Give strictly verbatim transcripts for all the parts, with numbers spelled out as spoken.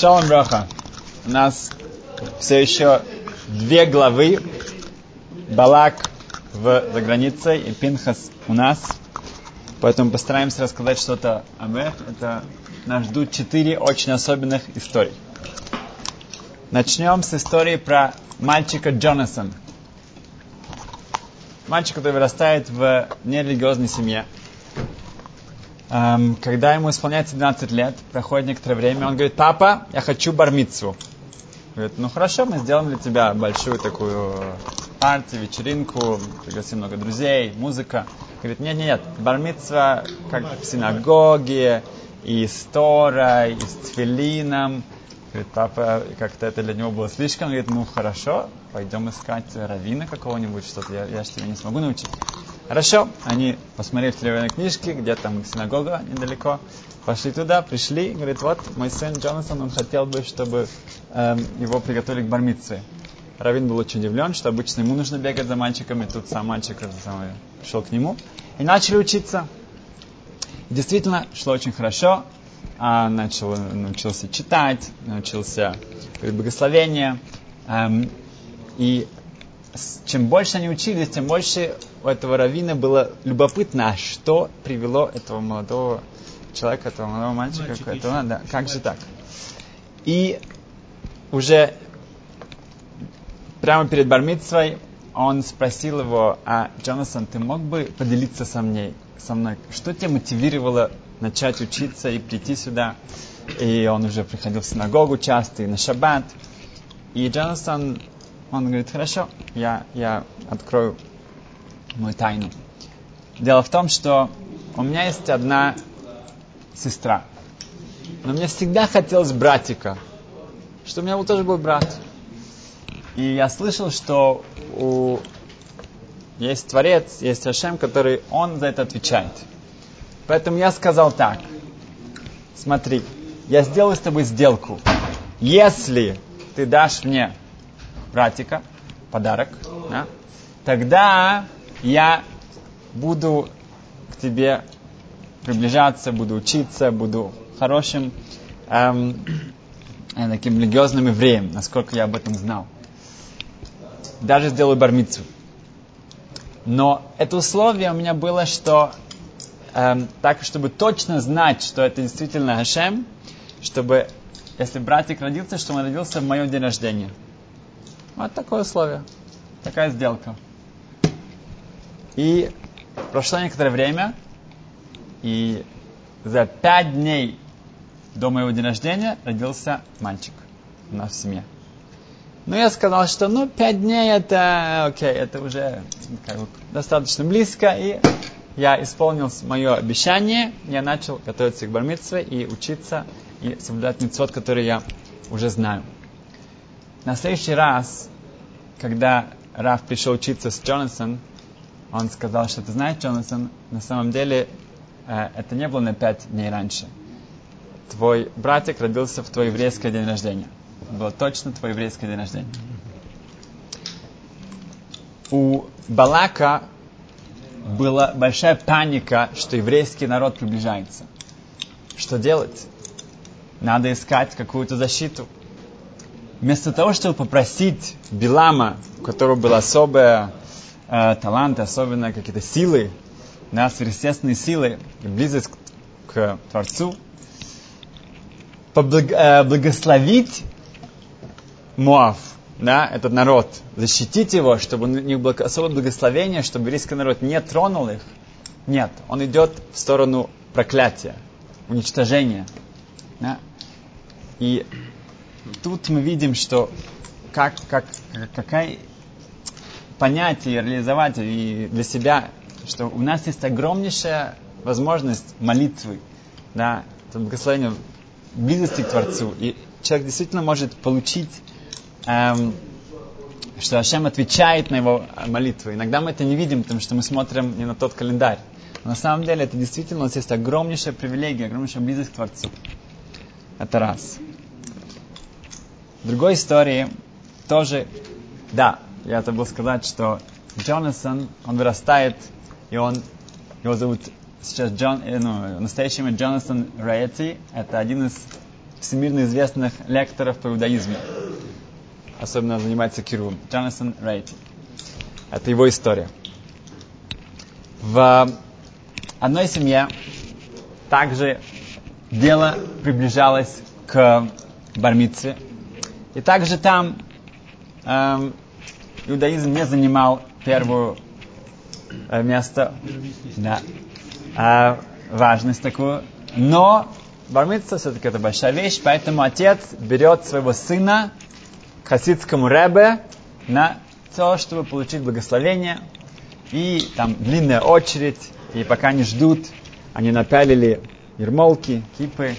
Шалом браха. У нас все еще две главы. Балак в, за границей и Пинхас у нас. Поэтому постараемся рассказать что-то об этом. Это нас ждут четыре очень особенных истории. Начнем с истории про мальчика Джонасона. Мальчик, который вырастает в нерелигиозной семье. Эм, когда ему исполняется двенадцать лет, проходит некоторое время, он говорит: папа, я хочу бар-мицву. Говорит: ну хорошо, мы сделаем для тебя большую такую партию, вечеринку, пригласим много друзей, музыка. Говорит: нет, нет, нет, бар-мицва как в синагоге, и с Торой, и с тфилином. Говорит: папа, как-то это для него было слишком. Говорит: ну хорошо, пойдем искать раввина какого-нибудь, что-то я, я же тебя не смогу научить. Хорошо, они посмотрели в телевизионной книжке, где там синагога недалеко, пошли туда, пришли, говорит: вот мой сын Джонасон, он хотел бы, чтобы эм, его приготовили к бар-мицве. Раввин был очень удивлен, что обычно ему нужно бегать за мальчиками, тут сам мальчик самый, пришел к нему, и начали учиться. И действительно, шло очень хорошо, а начал, научился читать, научился говорить благословения, эм, и чем больше они учились, тем больше у этого раввина было любопытно, а что привело этого молодого человека, этого молодого мальчика, Мальчик к этому, да, как же так? И уже прямо перед бар-мицвой он спросил его: а, Джонасон, ты мог бы поделиться со мной, со мной, что тебя мотивировало начать учиться и прийти сюда? И он уже приходил в синагогу часто, и на шаббат. И Джонасон, он говорит: хорошо, я, я открою мою тайну. Дело в том, что у меня есть одна сестра, но мне всегда хотелось братика, что у меня был, тоже был брат. И я слышал, что у... есть Творец, есть Ашем, который он за это отвечает. Поэтому я сказал так: смотри, я сделаю с тобой сделку. Если ты дашь мне братика, подарок, да, тогда я буду к тебе приближаться, буду учиться, буду хорошим эм, таким религиозным евреем, насколько я об этом знал. Даже сделаю бар-мицву. Но это условие у меня было, что эм, так, чтобы точно знать, что это действительно Ашем, чтобы, если братик родился, чтобы он родился в моем день рождения. Вот такое условие, такая сделка. И прошло некоторое время, и за пять дней до моего дня рождения родился мальчик у нас в семье. Ну, я сказал, что ну, пять дней это, окей, это уже как бы достаточно близко, и я исполнил мое обещание, я начал готовиться к бар-мицве и учиться, и соблюдать мицвот, которые я уже знаю. На следующий раз, когда Рав пришел учиться с Джонасоном, он сказал, что ты знаешь, Джонасон, на самом деле э, это не было на пять дней раньше. Твой братик родился в твой еврейский день рождения. Было точно твой еврейский день рождения. У Балака была большая паника, что еврейский народ приближается. Что делать? Надо искать какую-то защиту. Вместо того, чтобы попросить Билама, у которого был особый э, талант, особенно какие-то силы, да, сверхъестественные силы, близость к, к Творцу, поблаг, э, благословить Моав, да, этот народ, защитить его, чтобы у них было особое благословение, чтобы еврейский народ не тронул их. Нет, он идет в сторону проклятия, уничтожения. Да? И тут мы видим, что как, как, какая понятие реализовать и для себя, что у нас есть огромнейшая возможность молитвы, да, благословения, близости к Творцу. И человек действительно может получить, эм, что Ашем отвечает на его молитвы. Иногда мы это не видим, потому что мы смотрим не на тот календарь. Но на самом деле это действительно у нас есть огромнейшая привилегия, огромнейшая близость к Творцу. Это раз. В другой истории тоже, да, я забыл сказать, что Джонасон, он вырастает, и он, его зовут сейчас Джон, ну, настоящее имя Джонасон Рейти, это один из всемирно известных лекторов по иудаизму. Особенно занимается Кирувом. Джонатан Рейти. Это его история. В одной семье также дело приближалось к бар-мицве. И также там эм, иудаизм не занимал первое э, место. Да. Э, важность такую. Но бар-мицва все-таки это большая вещь, поэтому отец берет своего сына к хасидскому ребе на то, чтобы получить благословение. И там длинная очередь, и пока они ждут, они напялили ермолки, кипы.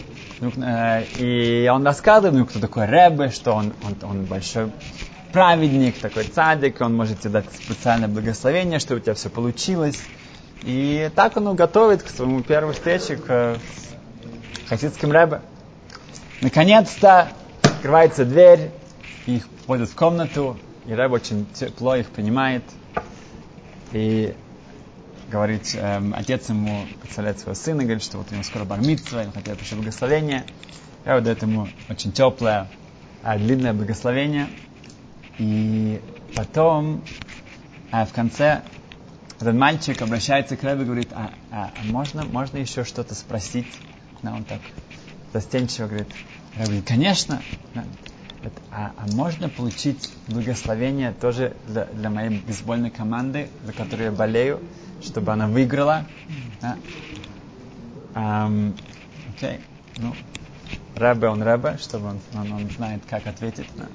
И он рассказывает, ну, кто такой ребе, что он, он, он большой праведник, такой цадик, он может тебе дать специальное благословение, чтобы у тебя все получилось. И так он готовит к своему первой встрече к хасидским ребе. Наконец-то открывается дверь, их вводят в комнату, и ребе очень тепло их принимает. И говорит, эм, отец ему представляет своего сына, говорит, что вот у него скоро бар-мицва, ему хотят еще благословение. Ребе дает ему очень теплое, э, длинное благословение. И потом, э, в конце, этот мальчик обращается к ребе и говорит, а, а, а можно, можно еще что-то спросить? Да, он так застенчиво говорит, ребе говорит, конечно. Да. А, а можно получить благословение тоже для, для моей бейсбольной команды, за которую я болею, чтобы она выиграла? Да? Um, okay. Ну, ребе, он ребе, чтобы он, он, он знает, как ответить. Да?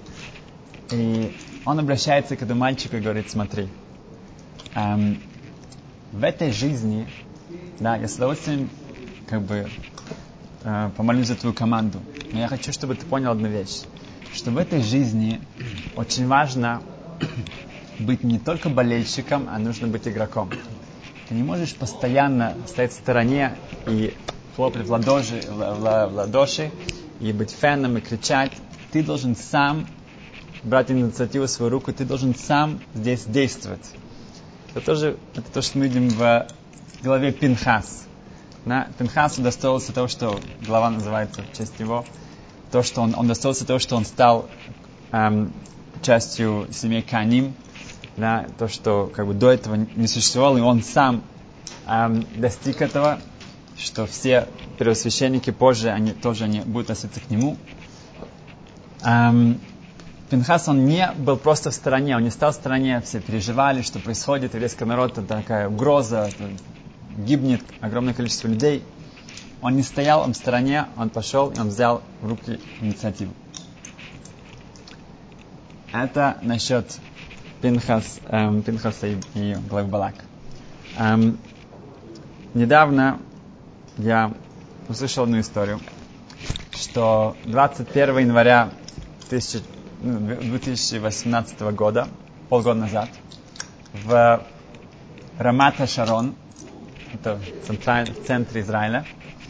И он обращается к этому мальчику и говорит, смотри, um, в этой жизни, да, я с удовольствием как бы uh, помолюсь за твою команду, но я хочу, чтобы ты понял одну вещь, что в этой жизни очень важно быть не только болельщиком, а нужно быть игроком. Ты не можешь постоянно стоять в стороне и хлопать в ладоши, в, в, в ладоши и быть феном и кричать. Ты должен сам брать инициативу в свою руку, ты должен сам здесь действовать. Это тоже это то, что мы видим в главе Пинхас. Да? Пинхасу достоился того, что глава называется в честь него. То, что он, он достоился того, что он стал эм, частью семьи Коаним, да, то, что как бы до этого не существовало, и он сам эм, достиг этого, что все первосвященники позже, они тоже они будут относиться к нему. Эм, Пинхас, он не был просто в стороне, он не стал в стороне, все переживали, что происходит, еврейский народ, это такая угроза, гибнет огромное количество людей. Он не стоял, он в стороне, он пошел, и он взял в руки инициативу. Это насчет Пинхас, эм, Пинхаса и, и главы Балак. Эм, недавно я услышал одну историю, что двадцать первого января две тысячи восемнадцатого года, полгода назад, в Рамат-а-Шарон, это в центре Израиля,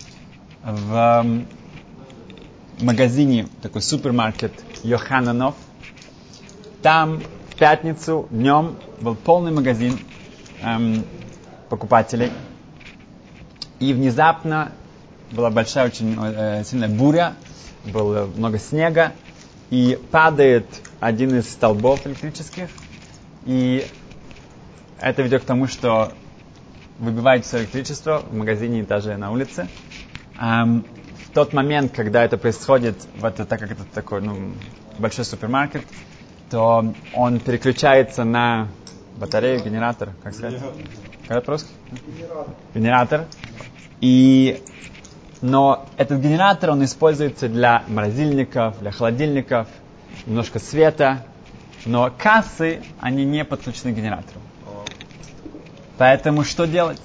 в магазине, такой супермаркет Йохананов, там в пятницу днем был полный магазин эм, покупателей, и внезапно была большая очень э, сильная буря, было много снега, и падает один из столбов электрических, и это ведет к тому, что выбивает все электричество в магазине и даже на улице. Um, в тот момент, когда это происходит, в это, так как это такой ну, большой супермаркет, то он переключается на батарею, генератор, как сказать? Как по-русски? Генератор. Генератор. И, но этот генератор, он используется для морозильников, для холодильников, немножко света, но кассы, они не подключены к генератору. Поэтому что делать?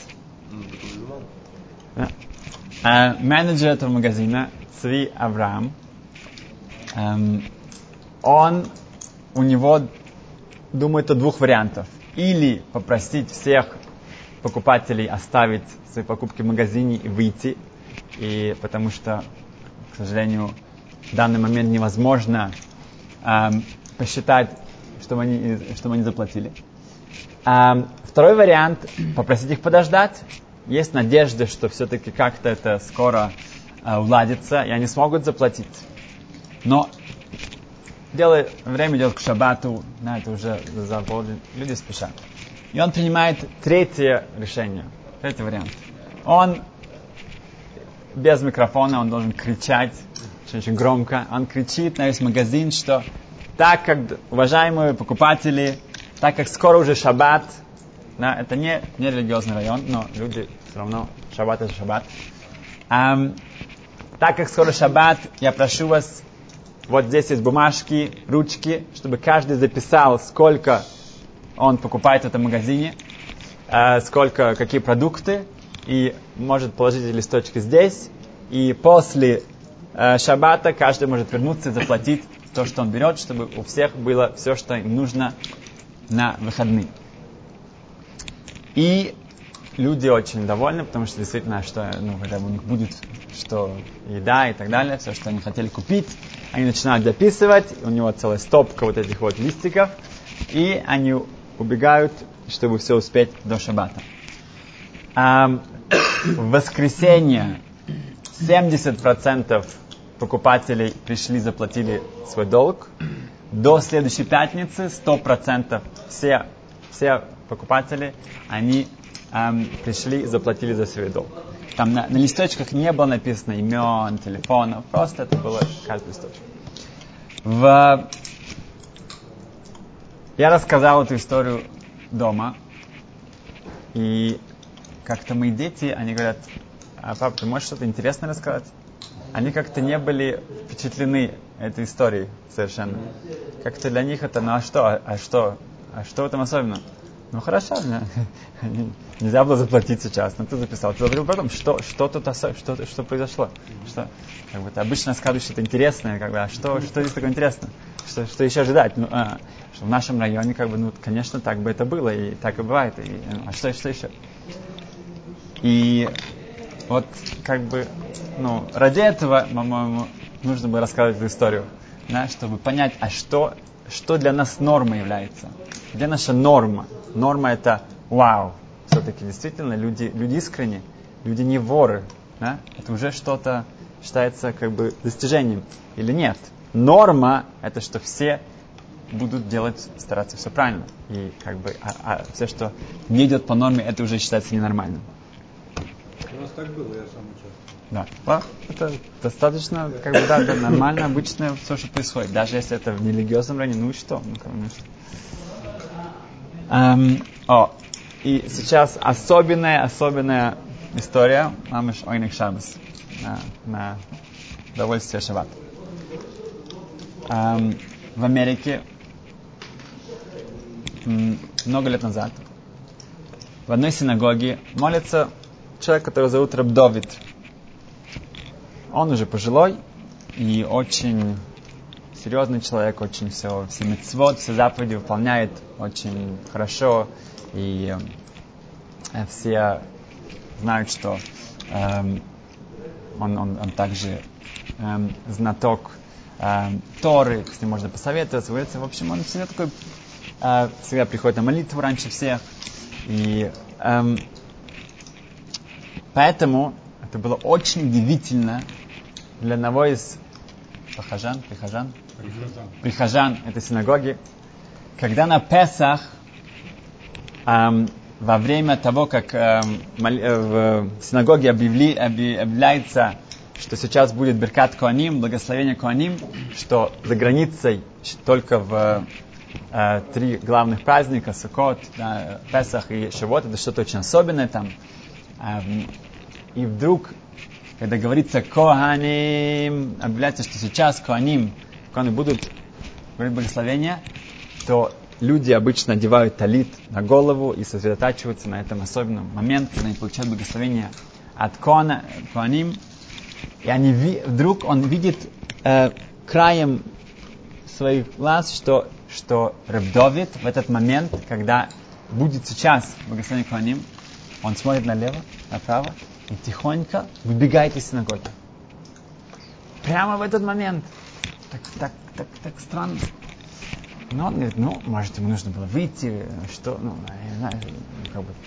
Да. Uh, менеджер этого магазина, Цви Авраам, um, он, у него думает о двух вариантах. Или попросить всех покупателей оставить свои покупки в магазине и выйти, и, потому что, к сожалению, в данный момент невозможно um, посчитать, чтобы они, чтобы они заплатили. Um, второй вариант — попросить их подождать. Есть надежда, что все-таки как-то это скоро э, уладится, и они смогут заплатить. Но дело, время идет к шаббату, да, это уже за полдень, люди спешат. И он принимает третье решение, третий вариант. Он без микрофона, он должен кричать очень громко. Он кричит на весь магазин, что так как, уважаемые покупатели, так как скоро уже шаббат, да, это не, не религиозный район, но люди все равно, шаббат это шаббат. Эм, так как скоро шаббат, я прошу вас, вот здесь есть бумажки, ручки, чтобы каждый записал, сколько он покупает в этом магазине, э, сколько, какие продукты, и может положить листочки здесь, и после э, шаббата каждый может вернуться и заплатить то, что он берет, чтобы у всех было все, что им нужно на выходные. И люди очень довольны, потому что действительно, что, ну, когда у них будет что еда и так далее, все, что они хотели купить, они начинают записывать, у него целая стопка вот этих вот листиков, и они убегают, чтобы все успеть до шаббата. А в воскресенье семьдесят процентов покупателей пришли, заплатили свой долг. До следующей пятницы сто процентов все, все покупатели, они эм, пришли, заплатили за свой долг. Там на, на листочках не было написано имен, телефонов, просто это было каждый листочек. В... Я рассказал эту историю дома, и как-то мои дети, они говорят: а папа, ты можешь что-то интересное рассказать? Они как-то не были впечатлены этой историей совершенно. Как-то для них это, ну а что, а, а что, а что в этом особенно? Ну хорошо, нельзя было заплатить сейчас, но ты записал. Ты говорил потом, что, что тут особенно, что, что произошло? Что, как бы, ты обычно рассказываешь что-то интересное, как бы, а что, что здесь такое интересное? Что, что еще ожидать? Ну, а, что в нашем районе, как бы, ну, конечно, так бы это было, и так и бывает. И, а что, что еще? И вот, как бы, ну, ради этого, по-моему, нужно было рассказывать эту историю, да, чтобы понять, а что, что для нас нормой является. Где наша норма? Норма это вау. Все-таки действительно люди, люди искренне, люди не воры. Да? Это уже что-то считается как бы достижением. Или нет? Норма это что все будут делать, стараться все правильно. И как бы, а, а все, что не идет по норме, это уже считается ненормальным. У нас так было, я сам участвовал. Да. А, это достаточно, как бы, да, да, нормально, обычно все, что происходит. Даже если это в нерелигиозном районе, ну и что? Ну, конечно. Эм, о, и сейчас особенная, особенная история. Мамыш ойник шаббас. На, на удовольствие шаббат. Эм, в Америке м, много лет назад в одной синагоге молится человек, которого зовут Раб Довид. Он уже пожилой и очень серьезный человек, очень все, все мицвот, все заповеди выполняет очень хорошо. И э, все знают, что э, он, он, он также э, знаток э, Торы, с ним можно посоветоваться. В общем, он всегда такой, э, всегда приходит на молитву раньше всех. И э, поэтому это было очень удивительно для одного из прихожан, прихожан, Прихожан. прихожан этой синагоги, когда на Песах, эм, во время того, как эм, моли, э, в синагоге объявли, объ, объявляется, что сейчас будет Беркат Коаним, благословение Коаним, что за границей только в э, три главных праздника, Суккот, да, Песах и Шавот, это что-то очень особенное там. Эм, и вдруг, когда говорится Коаним, объявляется, что сейчас Коаним, Коаны будут говорить благословение, то люди обычно одевают талит на голову и сосредотачиваются на этом особенном моменте, когда они получают благословение от Коана, Коаним. И они, вдруг он видит э, краем своих глаз, что, что Раб Довид в этот момент, когда будет сейчас благословение Коаним, он смотрит налево, направо и тихонько выбегает из синагоги. Прямо в этот момент. Так, так, так, так странно. Но он говорит, ну, может, ему нужно было выйти, что, ну, я не знаю, как бы,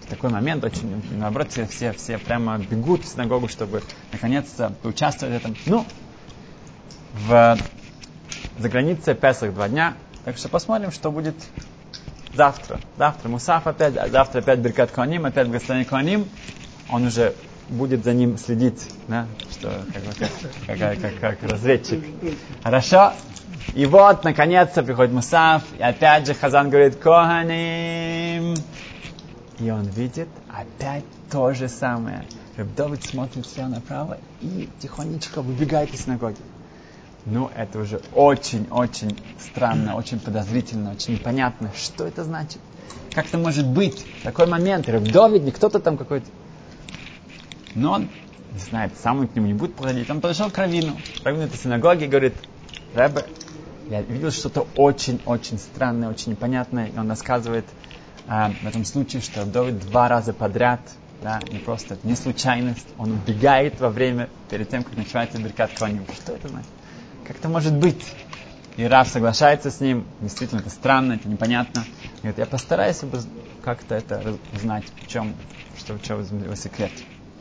такой момент, очень, наоборот, все, все, все прямо бегут в синагогу, чтобы наконец-то поучаствовать в этом. Ну, в, за границей Песах два дня, так что посмотрим, что будет завтра. Завтра Мусаф опять, а завтра опять Беркат Коаним, опять благословение Коаним. Он уже будет за ним следить, да, что, как, как, как, как, как разведчик. Хорошо? И вот, наконец-то, приходит Мусаф, и опять же Хазан говорит Коаним. И он видит опять то же самое. Раб Довид смотрит слева направо и тихонечко выбегает из синагоги. Ну, это уже очень-очень странно, очень подозрительно, очень непонятно. Что это значит? Как это может быть? Такой момент. Раб Довид, не кто-то там какой-то. Но он, не знает, сам он к нему не будет подходить. Он подошел к раввину. Раввин этой синагоги и говорит: Ребе, я видел что-то очень-очень странное, очень непонятное. И он рассказывает а, в этом случае, что Раб Довид два раза подряд, да, не просто, это не случайность, он убегает во время, перед тем, как начинается Беркат Коаним. Что это значит? Как это может быть? И Рав соглашается с ним. Действительно, это странно, это непонятно. Говорит, я постараюсь как-то это узнать, в чем, что, в чем его секрет.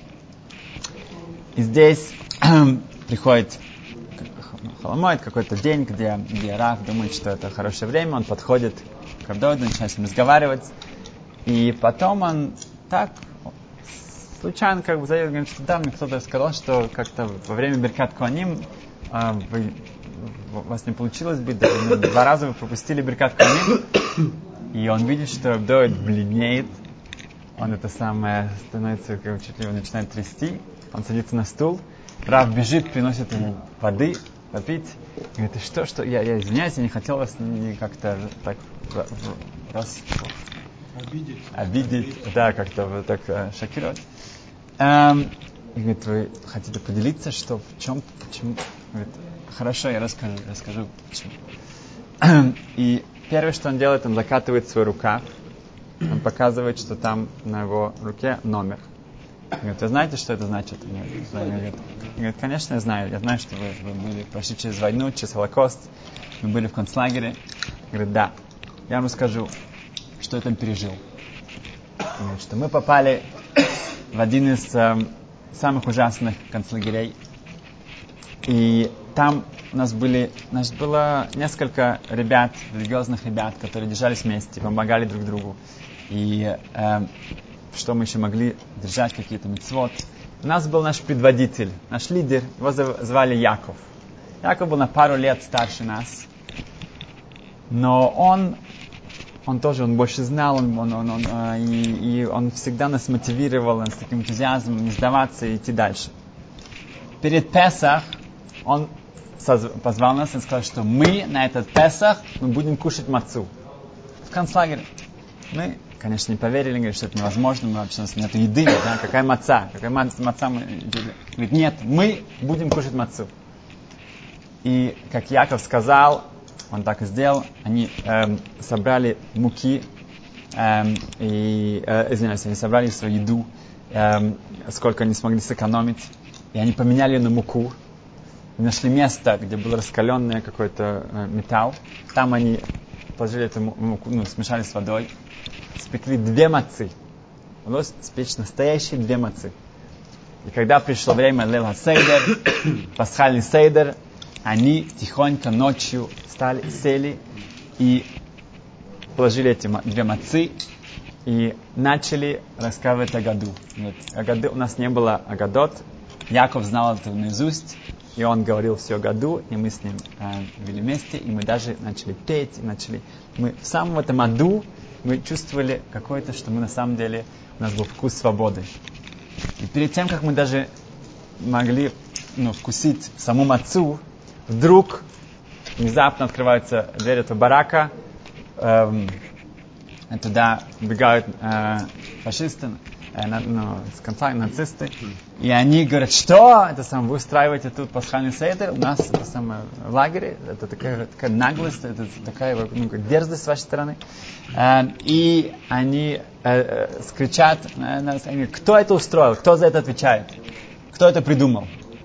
И здесь приходит Холомоид, какой-то день, где, где Рав думает, что это хорошее время. Он подходит к Рав Довиду, начинает с ним разговаривать. И потом он так случайно как бы зайдет, говорит, что да, мне кто-то сказал, что как-то во время Беркат Коаним а, вы, у вас не получилось быть, да, ну, два раза вы пропустили Беркат Коаним. И он видит, что Рав Довид бледнеет. Он это самое становится, как чуть ли его начинает трясти. Он садится на стул. Рав бежит, приносит ему воды попить. Говорит, и что, что? Я, я извиняюсь, я не хотел вас не как-то так раз обидеть. Обидеть, да, как-то вот так э, шокировать. Эм, и говорит, вы хотите поделиться, что в чем, почему? Говорит, хорошо, я расскажу, расскажу почему. И первое, что он делает, он закатывает свой рукав. Он показывает, что там на его руке номер. Говорит, вы знаете, что это значит? Говорит, говорит, конечно, я знаю. Я знаю, что вы, вы были, прошли через войну, через Холокост. Вы были в концлагере. Говорит, да. Я вам расскажу, что я там пережил. Говорит, что мы попали в один из э, самых ужасных концлагерей. И там у нас были, значит, было несколько ребят, религиозных ребят, которые держались вместе, помогали друг другу. И э, что мы еще могли держать, какие-то мицвот. У нас был наш предводитель, наш лидер, его звали Яков. Яков был на пару лет старше нас. Но он, он тоже, он больше знал, он, он, он, он, э, и, и он всегда нас мотивировал с таким энтузиазмом не сдаваться и идти дальше. Перед Песах он созв- позвал нас и сказал, что мы на этот Песах мы будем кушать мацу в концлагере. Мы, конечно, не поверили, говорит, что это невозможно, мы вообще, у нас нет еды, да, какая маца, какая маца мы... Говорит, нет, мы будем кушать мацу. И, как Яков сказал, он так и сделал, они эм, собрали муки, эм, и, э, извиняюсь, они собрали свою еду, эм, сколько они смогли сэкономить, и они поменяли ее на муку, и нашли место, где был раскаленный какой-то э, металл, там они положили эту муку, ну, смешали с водой, спекли две мацы. Удалось спечь настоящие две мацы. И когда пришло время Лейл ха-Сейдер, пасхальный сейдер, они тихонько ночью встали, сели и положили эти две мацы и начали рассказывать о году. Нет, о году у нас не было агадот. Яков знал это наизусть, и он говорил все о году, и мы с ним э, были вместе, и мы даже начали петь, и начали... Мы в самом этом аду мы чувствовали какое-то, что мы на самом деле, у нас был вкус свободы. И перед тем, как мы даже могли, ну, вкусить саму мацу, вдруг внезапно открывается дверь этого барака, эм, туда убегают э, фашисты, э, на, ну, с конца нацисты, и они говорят, что это самое, вы устраиваете тут пасхальный сейдер, у нас это самое в лагере, это такая, такая наглость, это такая, ну, дерзость с вашей стороны. Э, и они э, э, скричат на нас, они говорят, кто это устроил, кто за это отвечает, кто это придумал.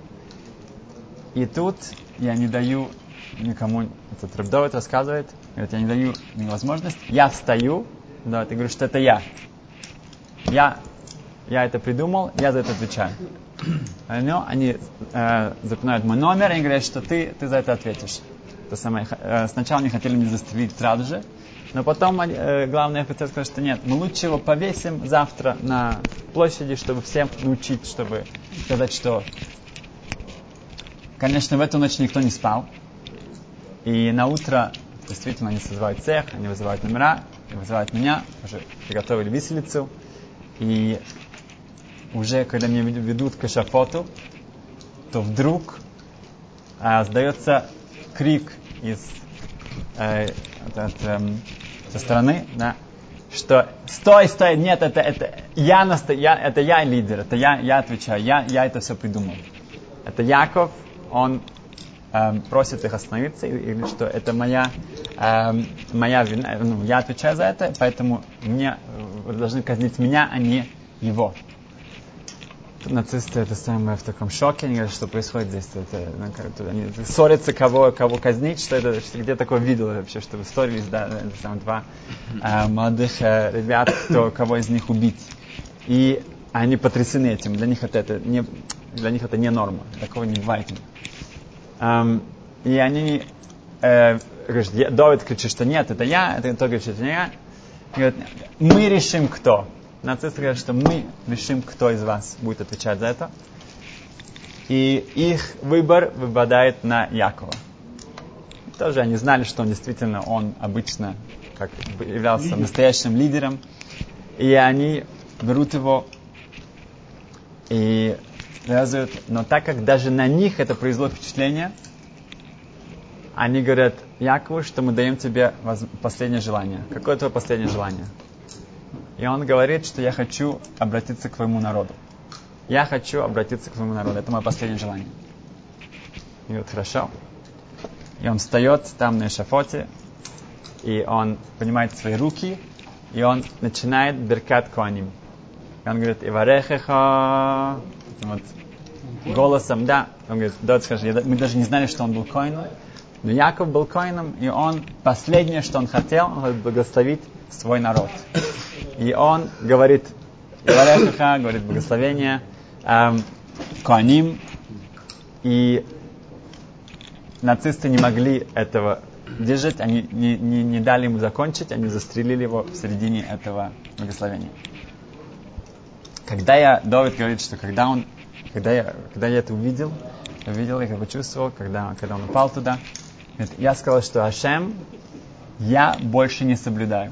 И тут я не даю никому, этот Раб Довид рассказывает, говорит, я не даю невозможность, я встаю, да, и говорю, что это я. Я, я это придумал, я за это отвечаю. Но они э, запоминают мой номер и говорят, что ты, ты за это ответишь. То самое, э, сначала они хотели меня застрелить сразу же, но потом э, главный офицер сказал, что нет, мы лучше его повесим завтра на площади, чтобы всем научить, чтобы сказать, что... Конечно, в эту ночь никто не спал. И на утро действительно они созывают цех, они вызывают номера, вызывают меня, уже приготовили виселицу. И уже когда меня ведут к эшафоту, то вдруг э, сдается крик из, э, от, от, э, со стороны, да, что стой, стой, нет, это, это, я, насто... я, это я лидер, это я, я отвечаю, я, я это все придумал. Это Яков, он э, просит их остановиться, и говорит, что это моя, э, моя вина, ну, я отвечаю за это, поэтому мне, вы должны казнить меня, а не его. Нацисты это самое в таком шоке, они говорят, что происходит здесь, это, ну, они ссорятся, кого, кого казнить, что это, что, где такое видел вообще, что вы ссорились, да, это самое, два э, молодых э, ребят, кто, кого из них убить. И они потрясены этим, для них это, это не, для них это не норма, такого не бывает. Um, и они э, говорят, Давид кричит, что нет, это я, это кто говорит, что это не я. Говорят, мы решим, кто. Нацисты говорят, что мы решим, кто из вас будет отвечать за это. И их выбор выпадает на Якова. Тоже они знали, что он действительно, он обычно как являлся Лидер. настоящим лидером. И они берут его и связывают. Но так как даже на них это произвело впечатление, они говорят Якову, что мы даем тебе воз... последнее желание. Какое твое последнее желание? И он говорит, что я хочу обратиться к твоему народу. Я хочу обратиться к твоему народу. Это мое последнее желание. И вот хорошо. И он встает там на эшафоте, и он поднимает свои руки, и он начинает беркат коаним. И он говорит, Иварехеха, вот, голосом, да. Он говорит, Давид, скажи, мы даже не знали, что он был коином. Но Яков был коином, и он, последнее, что он хотел, он хотел благословить свой народ. И он говорит, Иварехеха, говорит благословение, эм, коаним, и нацисты не могли этого держать, они не, не, не дали ему закончить, они застрелили его в середине этого благословения. Когда я, Давид говорит, что когда он, когда я, когда я это увидел, увидел, я почувствовал, когда, когда он упал туда, говорит, я сказал, что Ашем, я больше не соблюдаю.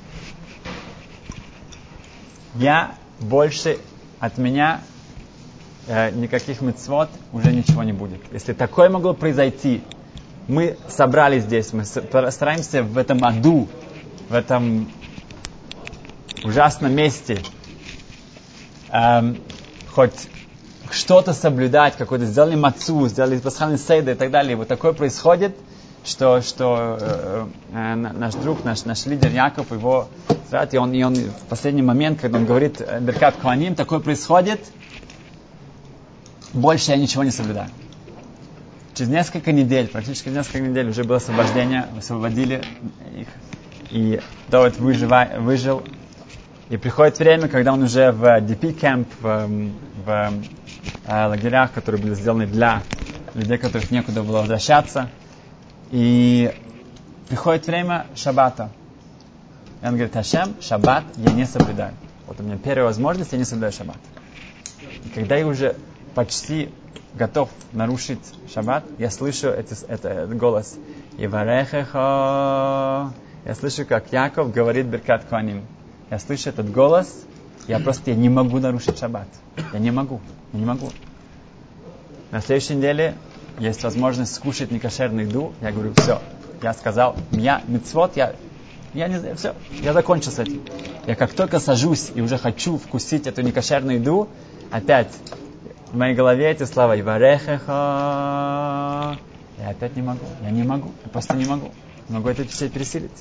Я больше от меня э, никаких мицвот уже ничего не будет. Если такое могло произойти, мы собрались здесь, мы стараемся в этом аду, в этом ужасном месте эм, хоть что-то соблюдать, какой-то сделали мацу, сделали пасхальный сейда и так далее. И вот такое происходит, что, что э, э, наш друг, наш, наш лидер Яков, его и он, и он в последний момент, когда он говорит беркат коаним, такое происходит, больше я ничего не соблюдаю. Через несколько недель, практически несколько недель уже было освобождение, освободили их, и Давид выжива, выжил. И приходит время, когда он уже в ди пи-кэмп, в, в э, лагерях, которые были сделаны для людей, которых некуда было возвращаться. И приходит время шаббата. И он говорит, Ашем, шаббат я не соблюдаю. Вот у меня первая возможность, я не соблюдаю шаббат. И когда я уже почти готов нарушить шаббат, я слышу эти, это, этот голос. Иварехеха. Я слышу, как Яков говорит беркат коаним. Я слышу этот голос, я просто я не могу нарушить шаббат. Я не могу, я не могу. На следующей неделе есть возможность скушать некошерную еду. Я говорю, все, я сказал, я мицвот, я, я не знаю, все, я закончил с этим. Я как только сажусь и уже хочу вкусить эту некошерную еду, опять в моей голове эти слова «Иварехеха». Я опять не могу, я не могу, я просто не могу. Не могу это все пересилить.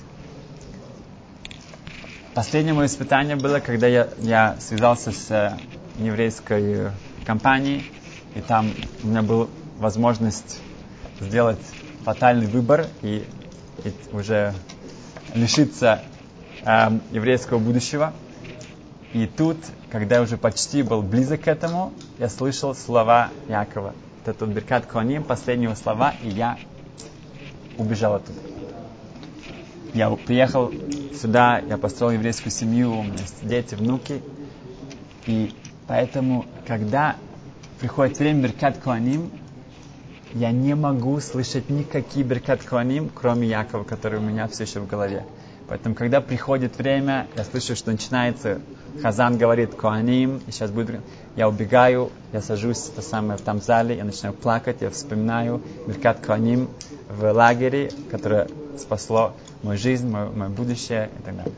Последнее мое испытание было, когда я, я связался с э, еврейской компанией, и там у меня была возможность сделать фатальный выбор и, и уже лишиться э, еврейского будущего. И тут, когда я уже почти был близок к этому, я слышал слова Якова. Это тут Беркат Коаним, последние слова, и я убежал оттуда. Я приехал сюда, я построил еврейскую семью, у меня есть дети, внуки. И поэтому, когда приходит время Беркат Коаним, я не могу слышать никакие Беркат Коаним, кроме Якова, который у меня все еще в голове. Поэтому, когда приходит время, я слышу, что начинается, Хазан говорит Коаним, и сейчас будет, я убегаю, я сажусь то самое, в там зале, я начинаю плакать, я вспоминаю Беркат Коаним в лагере, которое спасло мою жизнь, мое, мое будущее и так далее.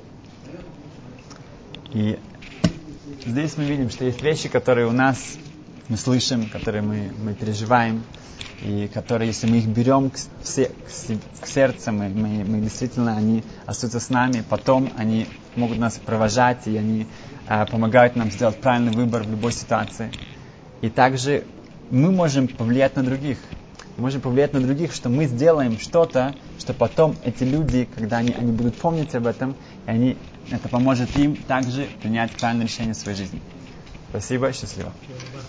И здесь мы видим, что есть вещи, которые у нас мы слышим, которые мы, мы переживаем, и которые, если мы их берем к, к, к сердцу, мы, мы, мы действительно, они остаются с нами, потом они могут нас провожать, и они э, помогают нам сделать правильный выбор в любой ситуации. И также мы можем повлиять на других. Мы можем повлиять на других, что мы сделаем что-то, что потом эти люди, когда они, они будут помнить об этом, и они, это поможет им также принять правильное решение в своей жизни. Спасибо, счастливо.